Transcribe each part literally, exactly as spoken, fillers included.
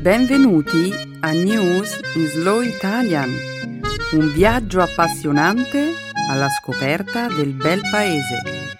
Benvenuti a News in Slow Italian, un viaggio appassionante alla scoperta del bel paese.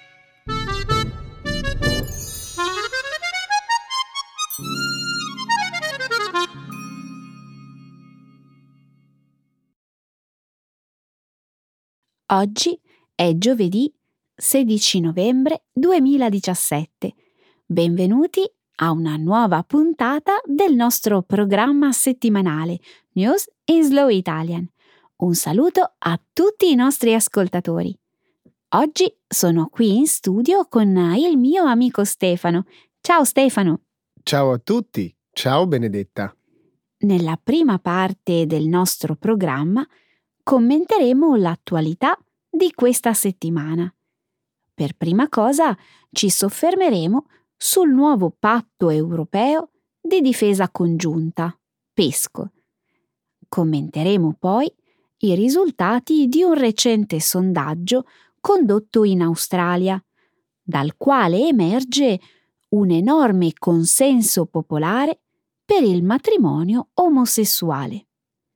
Oggi è giovedì sedici novembre duemiladiciassette. Benvenuti a una nuova puntata del nostro programma settimanale News in Slow Italian. Un saluto a tutti i nostri ascoltatori. Oggi sono qui in studio con il mio amico Stefano. Ciao Stefano! Ciao a tutti! Ciao Benedetta! Nella prima parte del nostro programma commenteremo l'attualità di questa settimana. Per prima cosa ci soffermeremo sul nuovo patto europeo di difesa congiunta, PESCO. Commenteremo poi i risultati di un recente sondaggio condotto in Australia, dal quale emerge un enorme consenso popolare per il matrimonio omosessuale.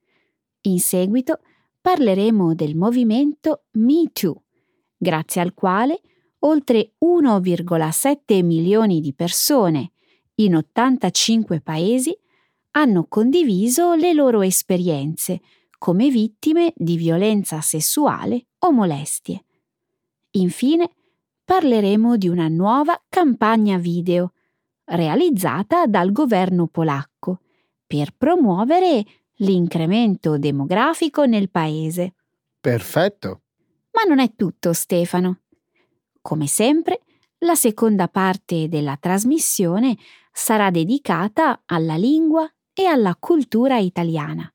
In seguito parleremo del movimento Me Too, grazie al quale oltre uno virgola sette milioni di persone in ottantacinque paesi hanno condiviso le loro esperienze come vittime di violenza sessuale o molestie. Infine, parleremo di una nuova campagna video realizzata dal governo polacco per promuovere l'incremento demografico nel paese. Perfetto! Ma non è tutto, Stefano. Come sempre, la seconda parte della trasmissione sarà dedicata alla lingua e alla cultura italiana.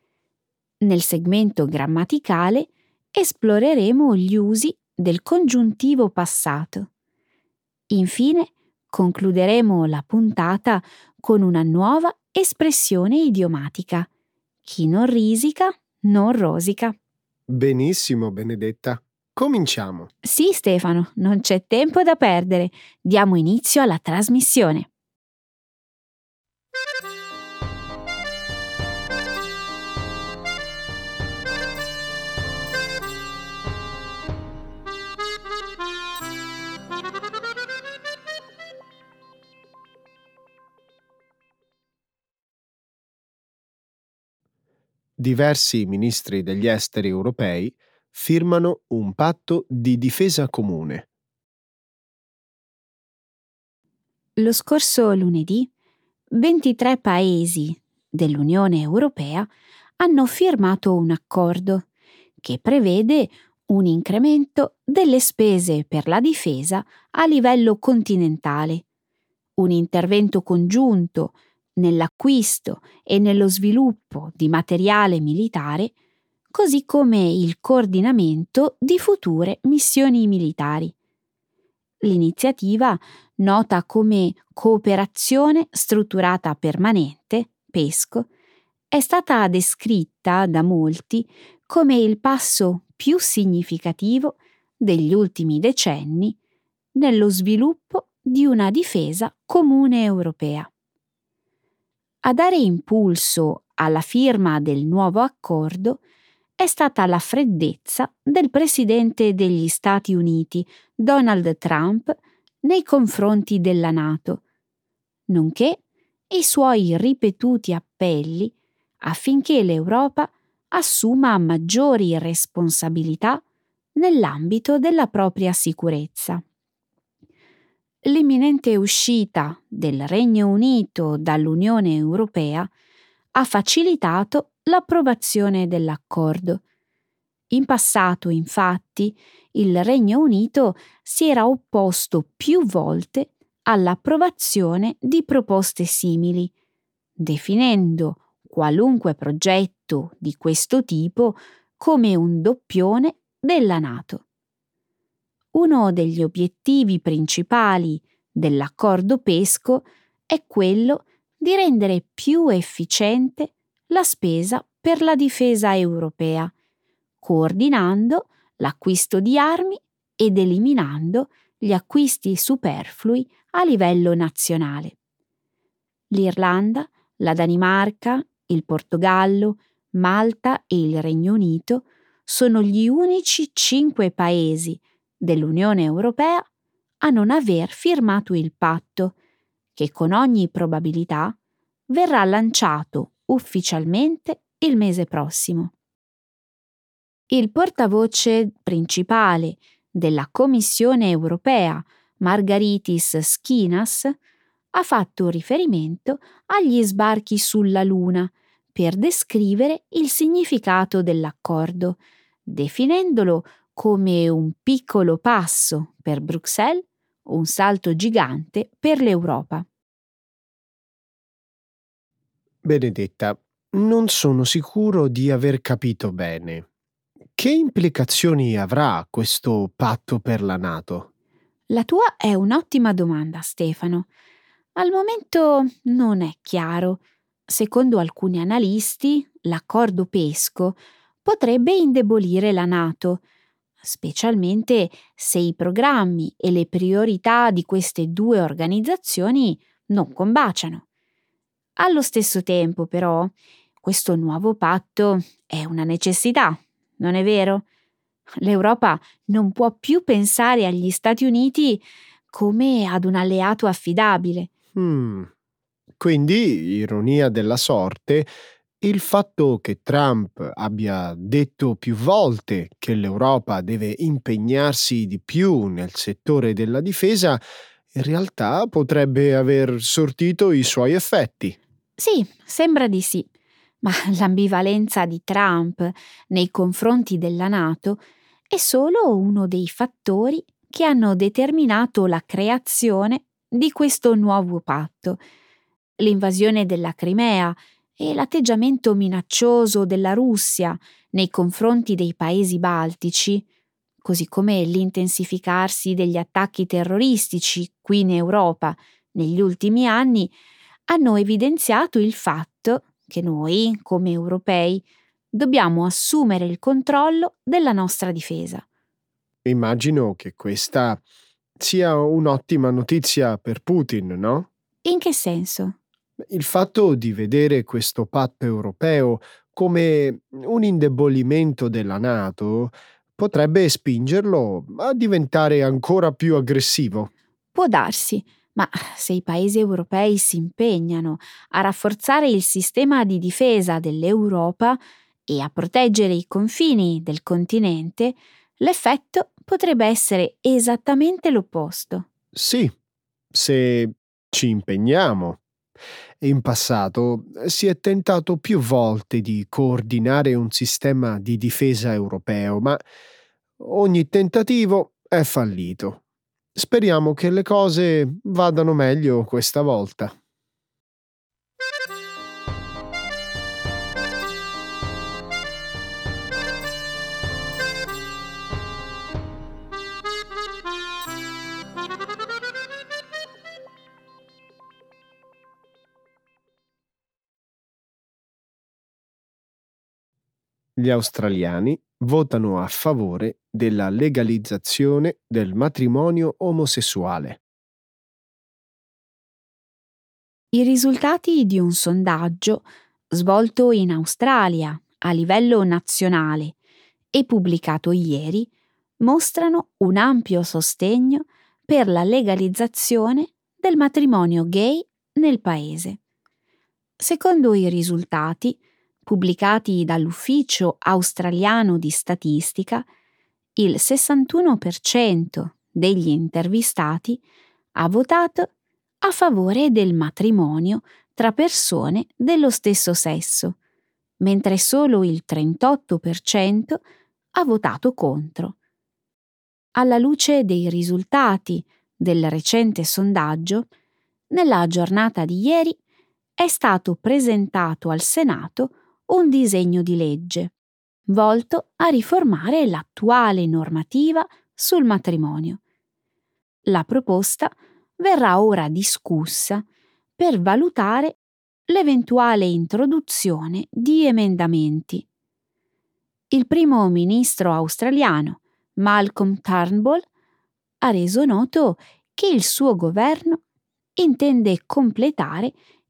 Nel segmento grammaticale esploreremo gli usi del congiuntivo passato. Infine, concluderemo la puntata con una nuova espressione idiomatica. Chi non risica, non rosica. Benissimo, Benedetta. Cominciamo. Sì, Stefano, non c'è tempo da perdere. Diamo inizio alla trasmissione. Diversi ministri degli esteri europei firmano un patto di difesa comune. Lo scorso lunedì, ventitré paesi dell'Unione Europea hanno firmato un accordo che prevede un incremento delle spese per la difesa a livello continentale, un intervento congiunto nell'acquisto e nello sviluppo di materiale militare, così come il coordinamento di future missioni militari. L'iniziativa, nota come Cooperazione Strutturata Permanente, PESCO, è stata descritta da molti come il passo più significativo degli ultimi decenni nello sviluppo di una difesa comune europea. A dare impulso alla firma del nuovo accordo è stata la freddezza del presidente degli Stati Uniti, Donald Trump, nei confronti della NATO, nonché i suoi ripetuti appelli affinché l'Europa assuma maggiori responsabilità nell'ambito della propria sicurezza. L'imminente uscita del Regno Unito dall'Unione Europea ha facilitato l'approvazione dell'accordo. In passato, infatti, il Regno Unito si era opposto più volte all'approvazione di proposte simili, definendo qualunque progetto di questo tipo come un doppione della NATO. Uno degli obiettivi principali dell'accordo PESCO è quello di rendere più efficiente la spesa per la difesa europea, coordinando l'acquisto di armi ed eliminando gli acquisti superflui a livello nazionale. L'Irlanda, la Danimarca, il Portogallo, Malta e il Regno Unito sono gli unici cinque paesi dell'Unione Europea a non aver firmato il patto, che con ogni probabilità verrà lanciato ufficialmente il mese prossimo. Il portavoce principale della Commissione Europea, Margaritis Schinas, ha fatto riferimento agli sbarchi sulla Luna per descrivere il significato dell'accordo, definendolo come un piccolo passo per Bruxelles, un salto gigante per l'Europa. Benedetta, non sono sicuro di aver capito bene. Che implicazioni avrà questo patto per la NATO? La tua è un'ottima domanda, Stefano. Al momento non è chiaro. Secondo alcuni analisti, l'accordo PESCO potrebbe indebolire la NATO, specialmente se i programmi e le priorità di queste due organizzazioni non combaciano. Allo stesso tempo, però, questo nuovo patto è una necessità, non è vero? L'Europa non può più pensare agli Stati Uniti come ad un alleato affidabile. Hmm. Quindi, ironia della sorte, il fatto che Trump abbia detto più volte che l'Europa deve impegnarsi di più nel settore della difesa, in realtà potrebbe aver sortito i suoi effetti. Sì, sembra di sì, ma l'ambivalenza di Trump nei confronti della NATO è solo uno dei fattori che hanno determinato la creazione di questo nuovo patto. L'invasione della Crimea e l'atteggiamento minaccioso della Russia nei confronti dei paesi baltici, così come l'intensificarsi degli attacchi terroristici qui in Europa negli ultimi anni, hanno evidenziato il fatto che noi, come europei, dobbiamo assumere il controllo della nostra difesa. Immagino che questa sia un'ottima notizia per Putin, no? In che senso? Il fatto di vedere questo patto europeo come un indebolimento della NATO potrebbe spingerlo a diventare ancora più aggressivo. Può darsi, ma se i paesi europei si impegnano a rafforzare il sistema di difesa dell'Europa e a proteggere i confini del continente, l'effetto potrebbe essere esattamente l'opposto. Sì, se ci impegniamo. In passato si è tentato più volte di coordinare un sistema di difesa europeo, ma ogni tentativo è fallito. Speriamo che le cose vadano meglio questa volta. Gli australiani votano a favore della legalizzazione del matrimonio omosessuale. I risultati di un sondaggio svolto in Australia a livello nazionale e pubblicato ieri mostrano un ampio sostegno per la legalizzazione del matrimonio gay nel paese. Secondo i risultati pubblicati dall'Ufficio australiano di statistica, il sessantuno per cento degli intervistati ha votato a favore del matrimonio tra persone dello stesso sesso, mentre solo il trentotto per cento ha votato contro. Alla luce dei risultati del recente sondaggio, nella giornata di ieri è stato presentato al Senato un disegno di legge volto a riformare l'attuale normativa sul matrimonio. La proposta verrà ora discussa per valutare l'eventuale introduzione di emendamenti. Il primo ministro australiano, Malcolm Turnbull, ha reso noto che il suo governo intende completare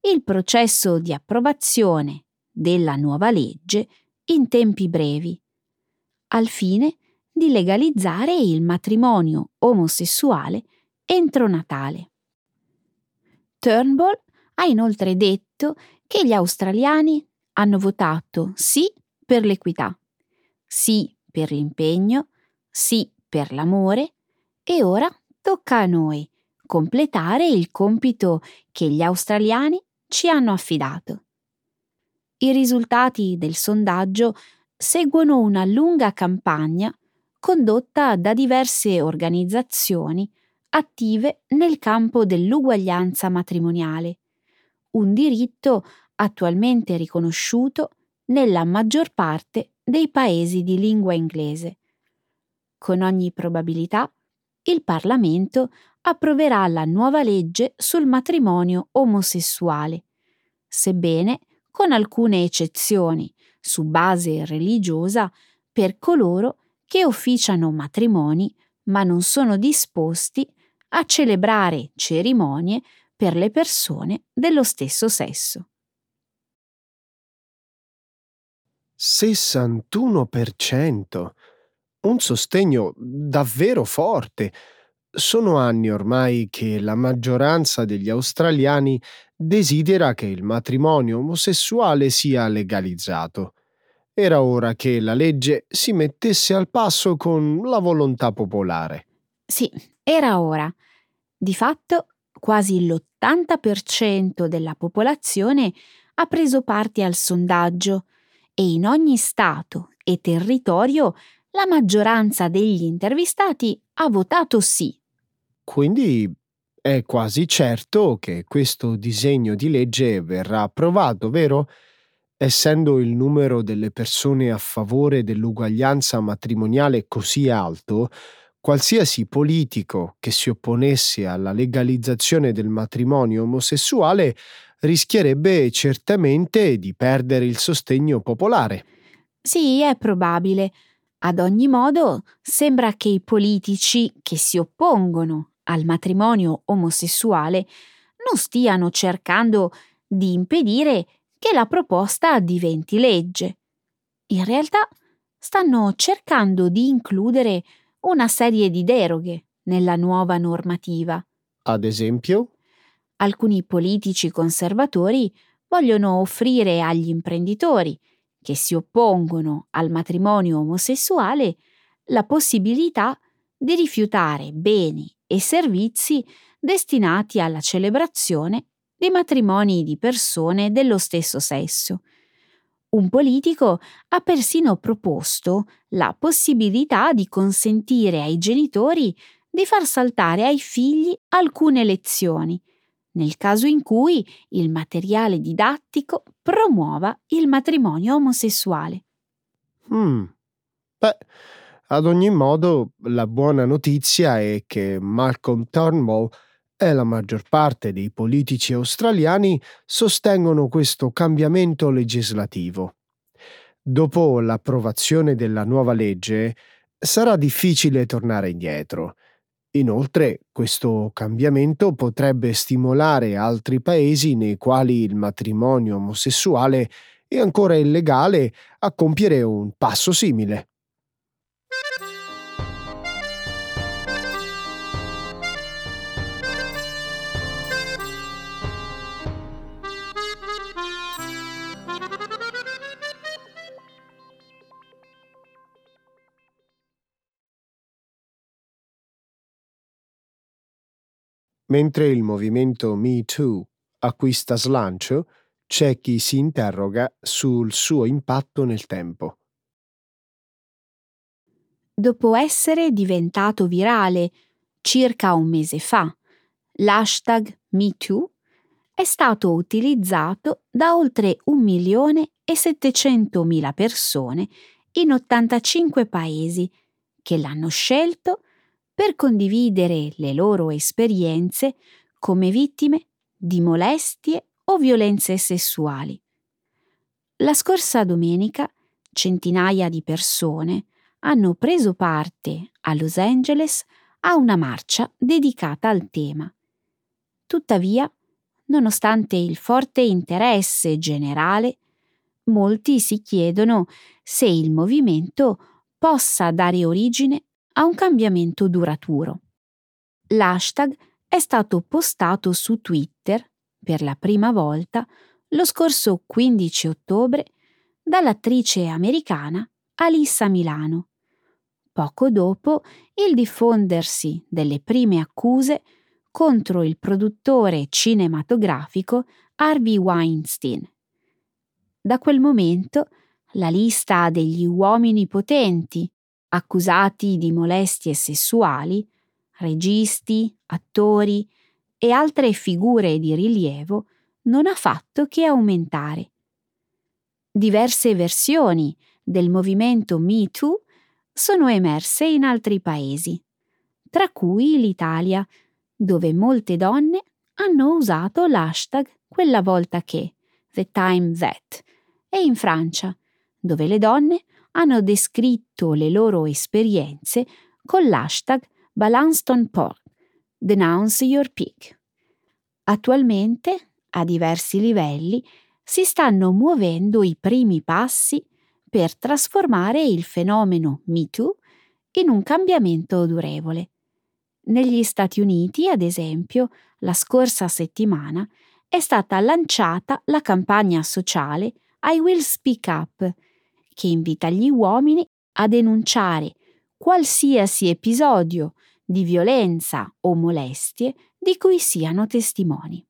il processo di approvazione della nuova legge in tempi brevi, al fine di legalizzare il matrimonio omosessuale entro Natale. Turnbull ha inoltre detto che gli australiani hanno votato sì per l'equità, sì per l'impegno, sì per l'amore e ora tocca a noi completare il compito che gli australiani ci hanno affidato. I risultati del sondaggio seguono una lunga campagna condotta da diverse organizzazioni attive nel campo dell'uguaglianza matrimoniale, un diritto attualmente riconosciuto nella maggior parte dei paesi di lingua inglese. Con ogni probabilità, il Parlamento approverà la nuova legge sul matrimonio omosessuale, sebbene con alcune eccezioni su base religiosa per coloro che officiano matrimoni ma non sono disposti a celebrare cerimonie per le persone dello stesso sesso. sessantuno per cento. Un sostegno davvero forte. Sono anni ormai che la maggioranza degli australiani desidera che il matrimonio omosessuale sia legalizzato. Era ora che la legge si mettesse al passo con la volontà popolare. Sì, era ora. Di fatto, quasi l'ottanta per cento della popolazione ha preso parte al sondaggio e in ogni stato e territorio la maggioranza degli intervistati ha votato sì. Quindi è quasi certo che questo disegno di legge verrà approvato, vero? Essendo il numero delle persone a favore dell'uguaglianza matrimoniale così alto, qualsiasi politico che si opponesse alla legalizzazione del matrimonio omosessuale rischierebbe certamente di perdere il sostegno popolare. Sì, è probabile. Ad ogni modo, sembra che i politici che si oppongono al matrimonio omosessuale non stiano cercando di impedire che la proposta diventi legge. In realtà stanno cercando di includere una serie di deroghe nella nuova normativa. Ad esempio? Alcuni politici conservatori vogliono offrire agli imprenditori che si oppongono al matrimonio omosessuale la possibilità di rifiutare beni e servizi destinati alla celebrazione di matrimoni di persone dello stesso sesso. Un politico ha persino proposto la possibilità di consentire ai genitori di far saltare ai figli alcune lezioni, nel caso in cui il materiale didattico promuova il matrimonio omosessuale. Mm. Beh, ad ogni modo, la buona notizia è che Malcolm Turnbull e la maggior parte dei politici australiani sostengono questo cambiamento legislativo. Dopo l'approvazione della nuova legge, sarà difficile tornare indietro. Inoltre, questo cambiamento potrebbe stimolare altri paesi nei quali il matrimonio omosessuale è ancora illegale a compiere un passo simile. Mentre il movimento Me Too acquista slancio, c'è chi si interroga sul suo impatto nel tempo. Dopo essere diventato virale circa un mese fa, l'hashtag MeToo è stato utilizzato da oltre un milione e settecentomila persone in ottantacinque paesi che l'hanno scelto per condividere le loro esperienze come vittime di molestie o violenze sessuali. La scorsa domenica centinaia di persone hanno preso parte a Los Angeles a una marcia dedicata al tema. Tuttavia, nonostante il forte interesse generale, molti si chiedono se il movimento possa dare origine a un cambiamento duraturo. L'hashtag è stato postato su Twitter per la prima volta lo scorso quindici ottobre dall'attrice americana Alyssa Milano, poco dopo il diffondersi delle prime accuse contro il produttore cinematografico Harvey Weinstein. Da quel momento la lista degli uomini potenti accusati di molestie sessuali, registi, attori e altre figure di rilievo, non ha fatto che aumentare. Diverse versioni del movimento Me Too sono emerse in altri paesi, tra cui l'Italia, dove molte donne hanno usato l'hashtag quella volta che, The Time That, e in Francia, dove le donne hanno descritto le loro esperienze con l'hashtag Balance ton porc, Denounce your pig. Attualmente, a diversi livelli, si stanno muovendo i primi passi per trasformare il fenomeno Me Too in un cambiamento durevole. Negli Stati Uniti, ad esempio, la scorsa settimana è stata lanciata la campagna sociale I Will Speak Up, che invita gli uomini a denunciare qualsiasi episodio di violenza o molestie di cui siano testimoni.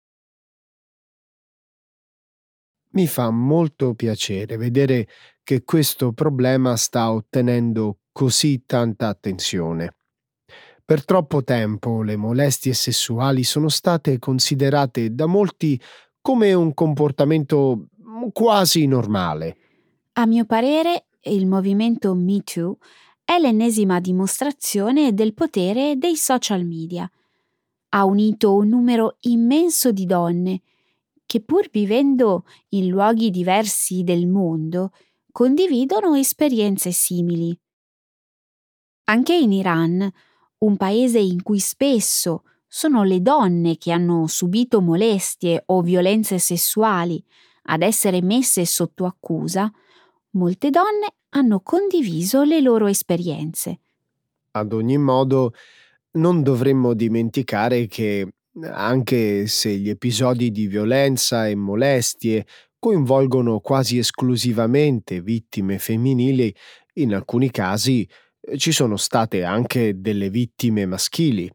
Mi fa molto piacere vedere che questo problema sta ottenendo così tanta attenzione. Per troppo tempo le molestie sessuali sono state considerate da molti come un comportamento quasi normale. A mio parere, il movimento Me Too è l'ennesima dimostrazione del potere dei social media. Ha unito un numero immenso di donne che, pur vivendo in luoghi diversi del mondo, condividono esperienze simili. Anche in Iran, un paese in cui spesso sono le donne che hanno subito molestie o violenze sessuali ad essere messe sotto accusa, molte donne hanno condiviso le loro esperienze. Ad ogni modo, non dovremmo dimenticare che, anche se gli episodi di violenza e molestie coinvolgono quasi esclusivamente vittime femminili, in alcuni casi eh, ci sono state anche delle vittime maschili.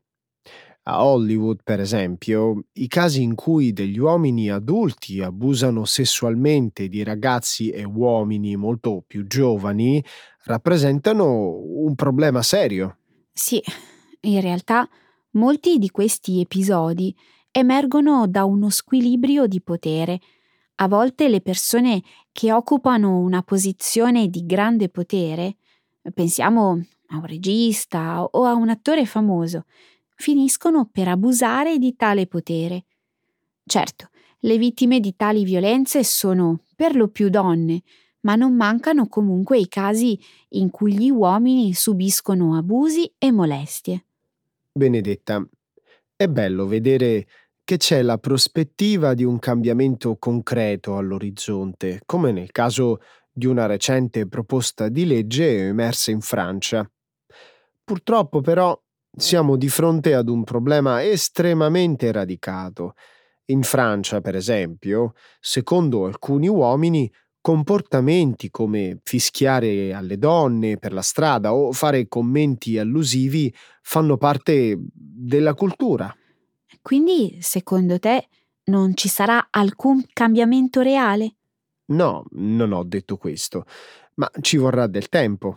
A Hollywood, per esempio, i casi in cui degli uomini adulti abusano sessualmente di ragazzi e uomini molto più giovani rappresentano un problema serio. Sì, in realtà molti di questi episodi emergono da uno squilibrio di potere. A volte le persone che occupano una posizione di grande potere, pensiamo a un regista o a un attore famoso, finiscono per abusare di tale potere. Certo, le vittime di tali violenze sono per lo più donne, ma non mancano comunque i casi in cui gli uomini subiscono abusi e molestie. Benedetta, è bello vedere che c'è la prospettiva di un cambiamento concreto all'orizzonte, come nel caso di una recente proposta di legge emersa in Francia. Purtroppo, però, siamo di fronte ad un problema estremamente radicato. In Francia, per esempio, secondo alcuni uomini, comportamenti come fischiare alle donne per la strada o fare commenti allusivi fanno parte della cultura. Quindi, secondo te, non ci sarà alcun cambiamento reale? No, non ho detto questo, ma ci vorrà del tempo.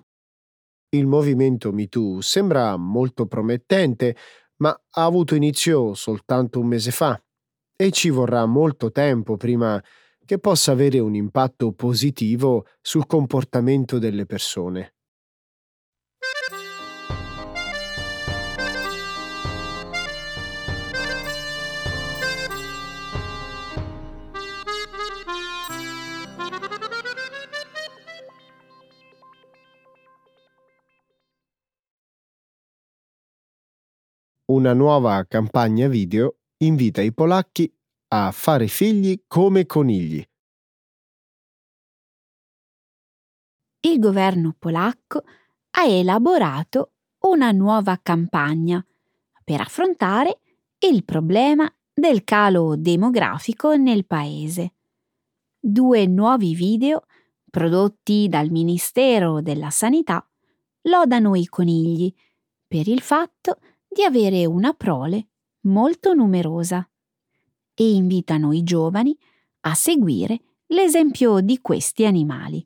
Il movimento Me Too sembra molto promettente, ma ha avuto inizio soltanto un mese fa e ci vorrà molto tempo prima che possa avere un impatto positivo sul comportamento delle persone. Una nuova campagna video invita i polacchi a fare figli come conigli. Il governo polacco ha elaborato una nuova campagna per affrontare il problema del calo demografico nel paese. Due nuovi video prodotti dal Ministero della Sanità lodano i conigli per il fatto di avere una prole molto numerosa e invitano i giovani a seguire l'esempio di questi animali.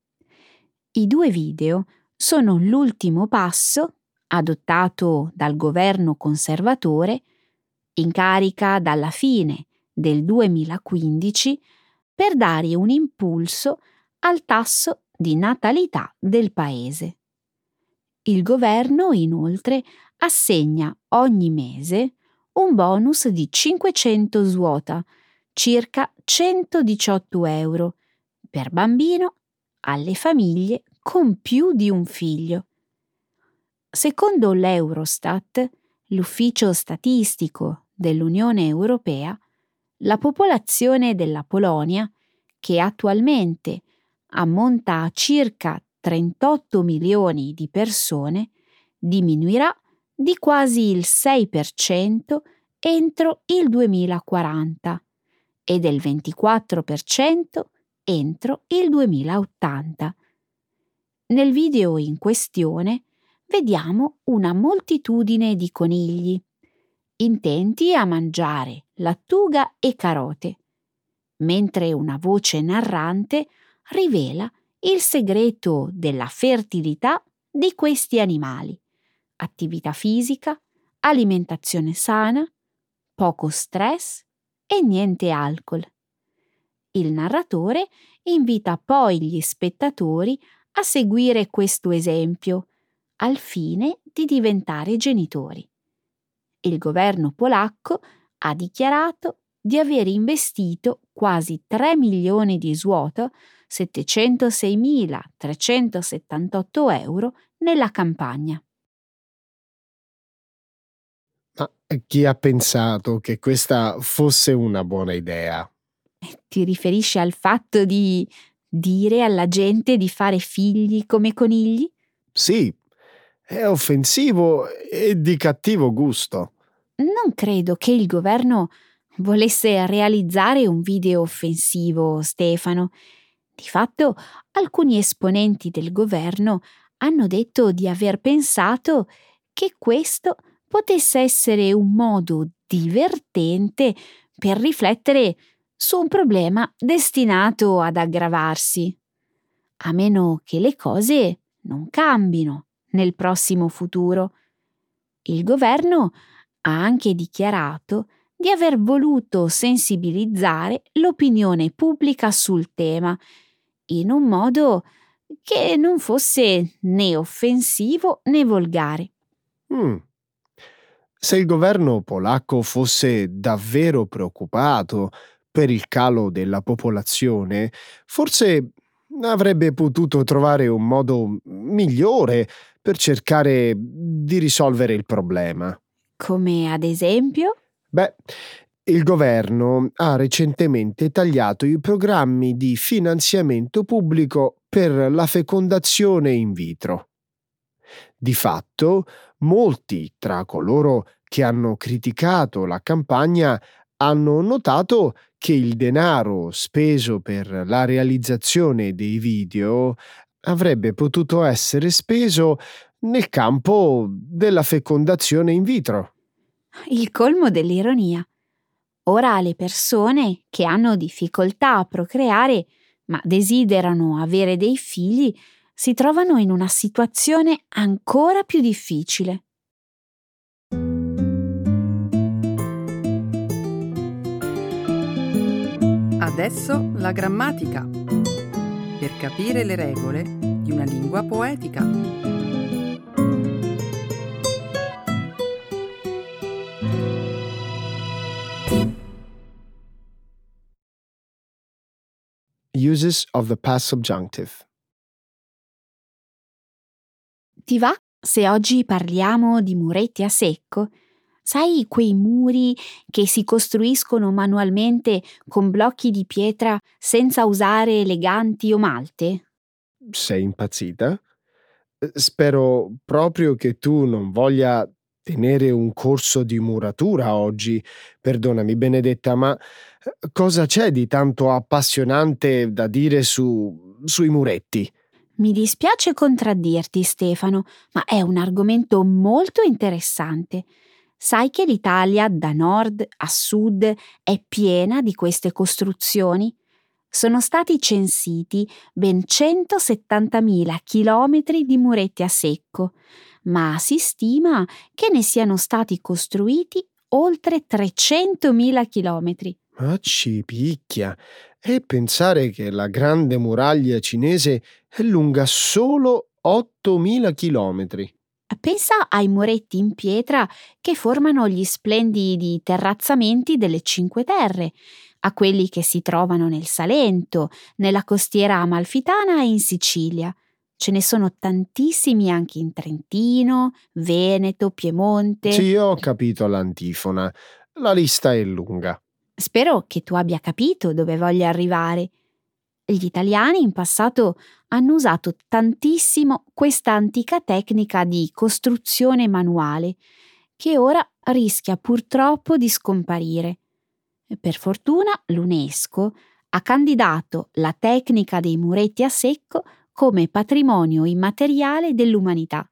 I due video sono l'ultimo passo adottato dal governo conservatore in carica dalla fine del duemilaquindici per dare un impulso al tasso di natalità del paese. Il governo inoltre assegna ogni mese un bonus di cinquecento zloty, circa centodiciotto euro, per bambino alle famiglie con più di un figlio. Secondo l'Eurostat, l'ufficio statistico dell'Unione Europea, la popolazione della Polonia, che attualmente ammonta a circa trentotto milioni di persone, diminuirà di quasi il sei per cento entro il duemilaquaranta e del ventiquattro per cento entro il duemilaottanta. Nel video in questione vediamo una moltitudine di conigli, intenti a mangiare lattuga e carote, mentre una voce narrante rivela il segreto della fertilità di questi animali: attività fisica, alimentazione sana, poco stress e niente alcol. Il narratore invita poi gli spettatori a seguire questo esempio al fine di diventare genitori. Il governo polacco ha dichiarato di aver investito quasi tre milioni di zloty, settecentoseimilatrecentosettantotto euro nella campagna. Ma chi ha pensato che questa fosse una buona idea? Ti riferisci al fatto di dire alla gente di fare figli come conigli? Sì, è offensivo e di cattivo gusto. Non credo che il governo volesse realizzare un video offensivo, Stefano. Di fatto, alcuni esponenti del governo hanno detto di aver pensato che questo potesse essere un modo divertente per riflettere su un problema destinato ad aggravarsi, a meno che le cose non cambino nel prossimo futuro. Il governo ha anche dichiarato di aver voluto sensibilizzare l'opinione pubblica sul tema, in un modo che non fosse né offensivo né volgare. Mm. Se il governo polacco fosse davvero preoccupato per il calo della popolazione, forse avrebbe potuto trovare un modo migliore per cercare di risolvere il problema. Come ad esempio? Beh, il governo ha recentemente tagliato i programmi di finanziamento pubblico per la fecondazione in vitro. Di fatto, molti tra coloro che hanno criticato la campagna hanno notato che il denaro speso per la realizzazione dei video avrebbe potuto essere speso nel campo della fecondazione in vitro. Il colmo dell'ironia. Ora le persone che hanno difficoltà a procreare ma desiderano avere dei figli si trovano in una situazione ancora più difficile. Adesso la grammatica, per capire le regole di una lingua poetica. Uses of the past subjunctive. Ti va se oggi parliamo di muretti a secco? Sai quei muri che si costruiscono manualmente con blocchi di pietra senza usare leganti o malte? Sei impazzita? Eh, Spero proprio che tu non voglia tenere un corso di muratura oggi. Perdonami, Benedetta, ma eh, cosa c'è di tanto appassionante da dire su, sui muretti? Mi dispiace contraddirti, Stefano, ma è un argomento molto interessante. Sai che l'Italia, da nord a sud, è piena di queste costruzioni? Sono stati censiti ben centosettantamila chilometri di muretti a secco, ma si stima che ne siano stati costruiti oltre trecentomila chilometri. Ma ci picchia! E pensare che la grande muraglia cinese è lunga solo ottomila chilometri. Pensa ai muretti in pietra che formano gli splendidi terrazzamenti delle Cinque Terre, a quelli che si trovano nel Salento, nella costiera amalfitana e in Sicilia. Ce ne sono tantissimi anche in Trentino, Veneto, Piemonte. Sì, ho capito l'antifona. La lista è lunga. Spero che tu abbia capito dove voglio arrivare. Gli italiani in passato hanno usato tantissimo questa antica tecnica di costruzione manuale, che ora rischia purtroppo di scomparire. Per fortuna l'UNESCO ha candidato la tecnica dei muretti a secco come patrimonio immateriale dell'umanità.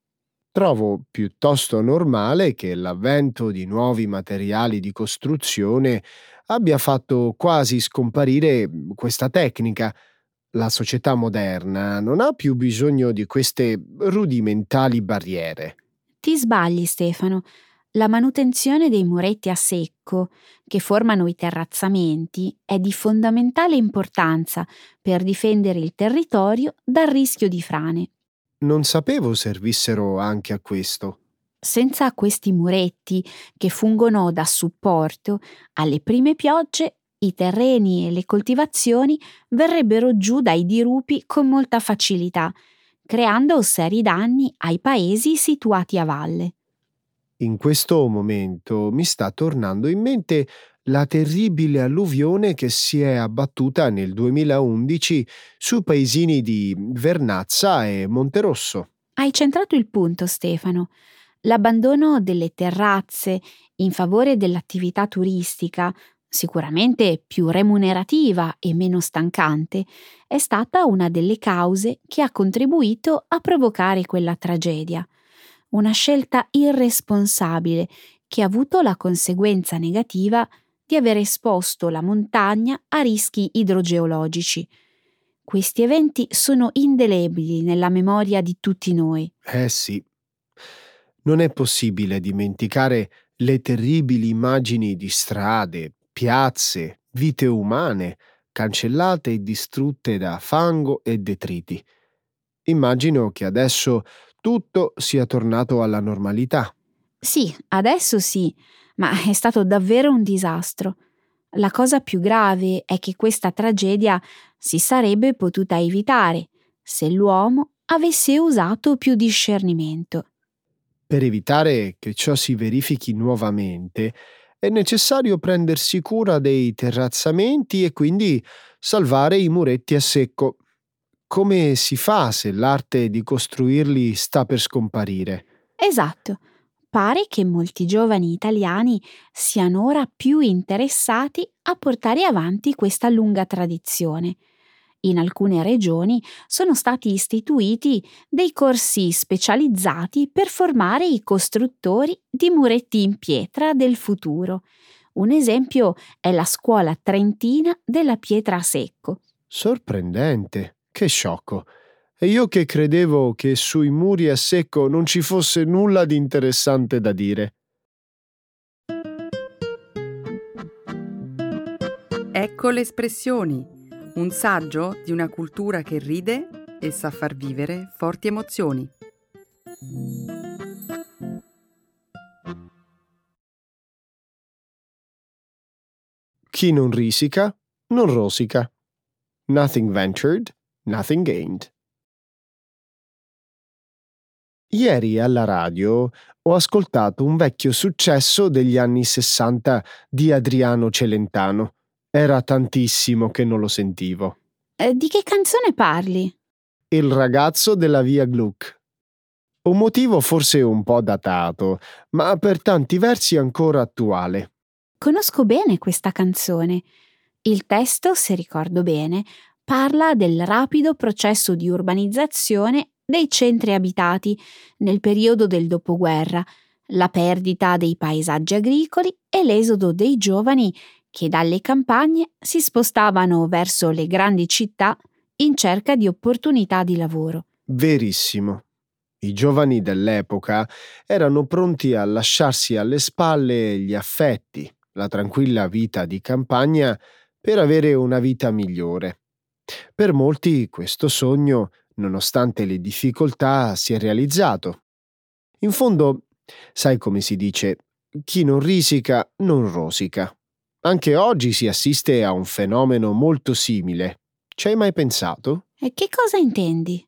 Trovo piuttosto normale che l'avvento di nuovi materiali di costruzione abbia fatto quasi scomparire questa tecnica. La società moderna non ha più bisogno di queste rudimentali barriere. Ti sbagli, Stefano. La manutenzione dei muretti a secco, che formano i terrazzamenti, è di fondamentale importanza per difendere il territorio dal rischio di frane. Non sapevo servissero anche a questo. Senza questi muretti, che fungono da supporto, alle prime piogge i terreni e le coltivazioni verrebbero giù dai dirupi con molta facilità, creando seri danni ai paesi situati a valle. In questo momento mi sta tornando in mente la terribile alluvione che si è abbattuta nel duemilaundici su paesini di Vernazza e Monterosso. Hai centrato il punto, Stefano. L'abbandono delle terrazze in favore dell'attività turistica, sicuramente più remunerativa e meno stancante, è stata una delle cause che ha contribuito a provocare quella tragedia. Una scelta irresponsabile che ha avuto la conseguenza negativa di aver esposto la montagna a rischi idrogeologici. Questi eventi sono indelebili nella memoria di tutti noi. Eh sì, non è possibile dimenticare le terribili immagini di strade, piazze, vite umane, cancellate e distrutte da fango e detriti. Immagino che adesso tutto sia tornato alla normalità. Sì, adesso sì, ma è stato davvero un disastro. La cosa più grave è che questa tragedia si sarebbe potuta evitare se l'uomo avesse usato più discernimento. Per evitare che ciò si verifichi nuovamente, è necessario prendersi cura dei terrazzamenti e quindi salvare i muretti a secco. Come si fa se l'arte di costruirli sta per scomparire? Esatto. Pare che molti giovani italiani siano ora più interessati a portare avanti questa lunga tradizione. In alcune regioni sono stati istituiti dei corsi specializzati per formare i costruttori di muretti in pietra del futuro. Un esempio è la scuola trentina della pietra a secco. Sorprendente, che sciocco. E io che credevo che sui muri a secco non ci fosse nulla di interessante da dire. Ecco le espressioni, un saggio di una cultura che ride e sa far vivere forti emozioni. Chi non risica, non rosica. Nothing ventured, nothing gained. Ieri alla radio ho ascoltato un vecchio successo degli anni sessanta di Adriano Celentano. Era tantissimo che non lo sentivo. Eh, di che canzone parli? Il ragazzo della via Gluck. Un motivo forse un po' datato, ma per tanti versi ancora attuale. Conosco bene questa canzone. Il testo, se ricordo bene, parla del rapido processo di urbanizzazione dei centri abitati nel periodo del dopoguerra, la perdita dei paesaggi agricoli e l'esodo dei giovani che dalle campagne si spostavano verso le grandi città in cerca di opportunità di lavoro. Verissimo. I giovani dell'epoca erano pronti a lasciarsi alle spalle gli affetti, la tranquilla vita di campagna per avere una vita migliore. Per molti questo sogno, nonostante le difficoltà, si è realizzato. In fondo, sai come si dice, chi non risica non rosica. Anche oggi si assiste a un fenomeno molto simile. Ci hai mai pensato? E che cosa intendi?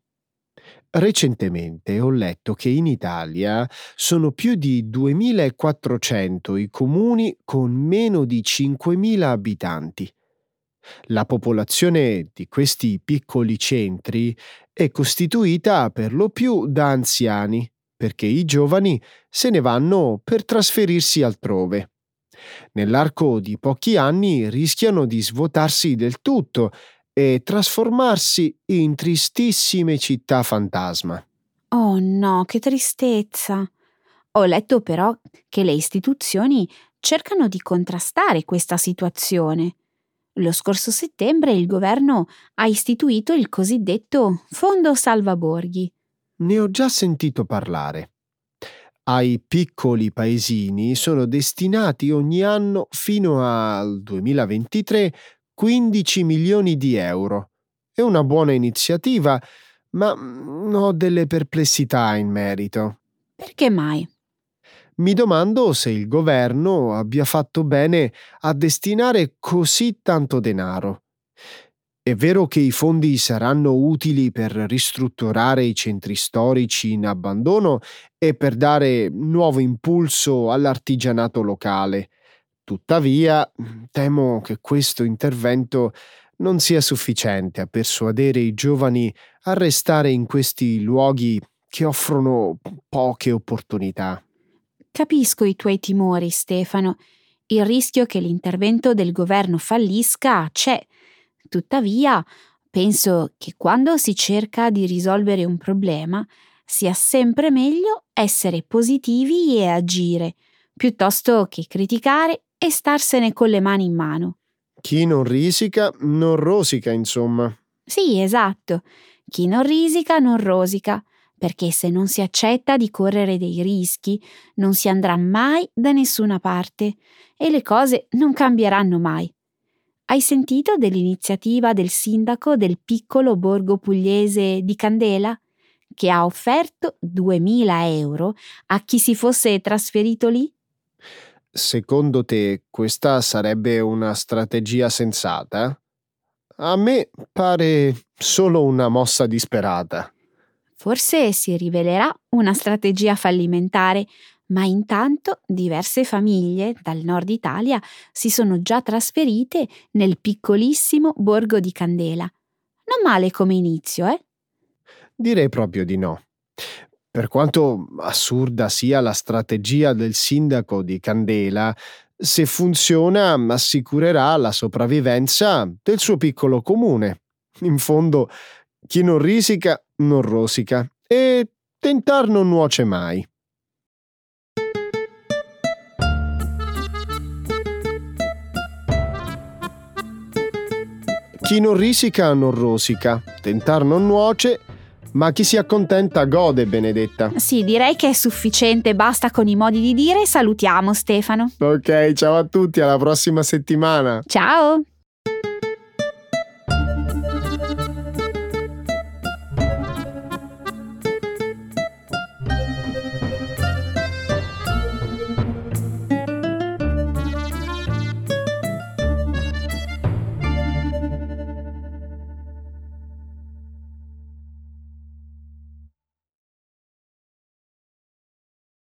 Recentemente ho letto che in Italia sono più di duemilaquattrocento i comuni con meno di cinquemila abitanti. La popolazione di questi piccoli centri è costituita per lo più da anziani, perché i giovani se ne vanno per trasferirsi altrove. Nell'arco di pochi anni rischiano di svuotarsi del tutto e trasformarsi in tristissime città fantasma. Oh no, che tristezza! Ho letto però che le istituzioni cercano di contrastare questa situazione. Lo scorso settembre il governo ha istituito il cosiddetto Fondo Salvaborghi. Ne ho già sentito parlare. Ai piccoli paesini sono destinati ogni anno fino al duemilaventitré quindici milioni di euro. È una buona iniziativa, ma ho delle perplessità in merito. Perché mai? Mi domando se il governo abbia fatto bene a destinare così tanto denaro. È vero che i fondi saranno utili per ristrutturare i centri storici in abbandono e per dare nuovo impulso all'artigianato locale. Tuttavia, temo che questo intervento non sia sufficiente a persuadere i giovani a restare in questi luoghi che offrono poche opportunità. Capisco i tuoi timori, Stefano. Il rischio che l'intervento del governo fallisca c'è. Tuttavia, penso che quando si cerca di risolvere un problema sia sempre meglio essere positivi e agire, piuttosto che criticare e starsene con le mani in mano. Chi non risica non rosica, insomma. Sì, esatto. Chi non risica non rosica, perché se non si accetta di correre dei rischi, non si andrà mai da nessuna parte e le cose non cambieranno mai. Hai sentito dell'iniziativa del sindaco del piccolo borgo pugliese di Candela, che ha offerto duemila euro a chi si fosse trasferito lì? Secondo te questa sarebbe una strategia sensata? A me pare solo una mossa disperata. Forse si rivelerà una strategia fallimentare, ma intanto diverse famiglie dal nord Italia si sono già trasferite nel piccolissimo borgo di Candela. Non male come inizio, eh? Direi proprio di no. Per quanto assurda sia la strategia del sindaco di Candela, se funziona assicurerà la sopravvivenza del suo piccolo comune. In fondo, chi non risica non rosica e tentar non nuoce mai. Chi non risica non rosica, tentar non nuoce, ma chi si accontenta gode, Benedetta. Sì, direi che è sufficiente, basta con i modi di dire e salutiamo Stefano. Ok, ciao a tutti, alla prossima settimana. Ciao!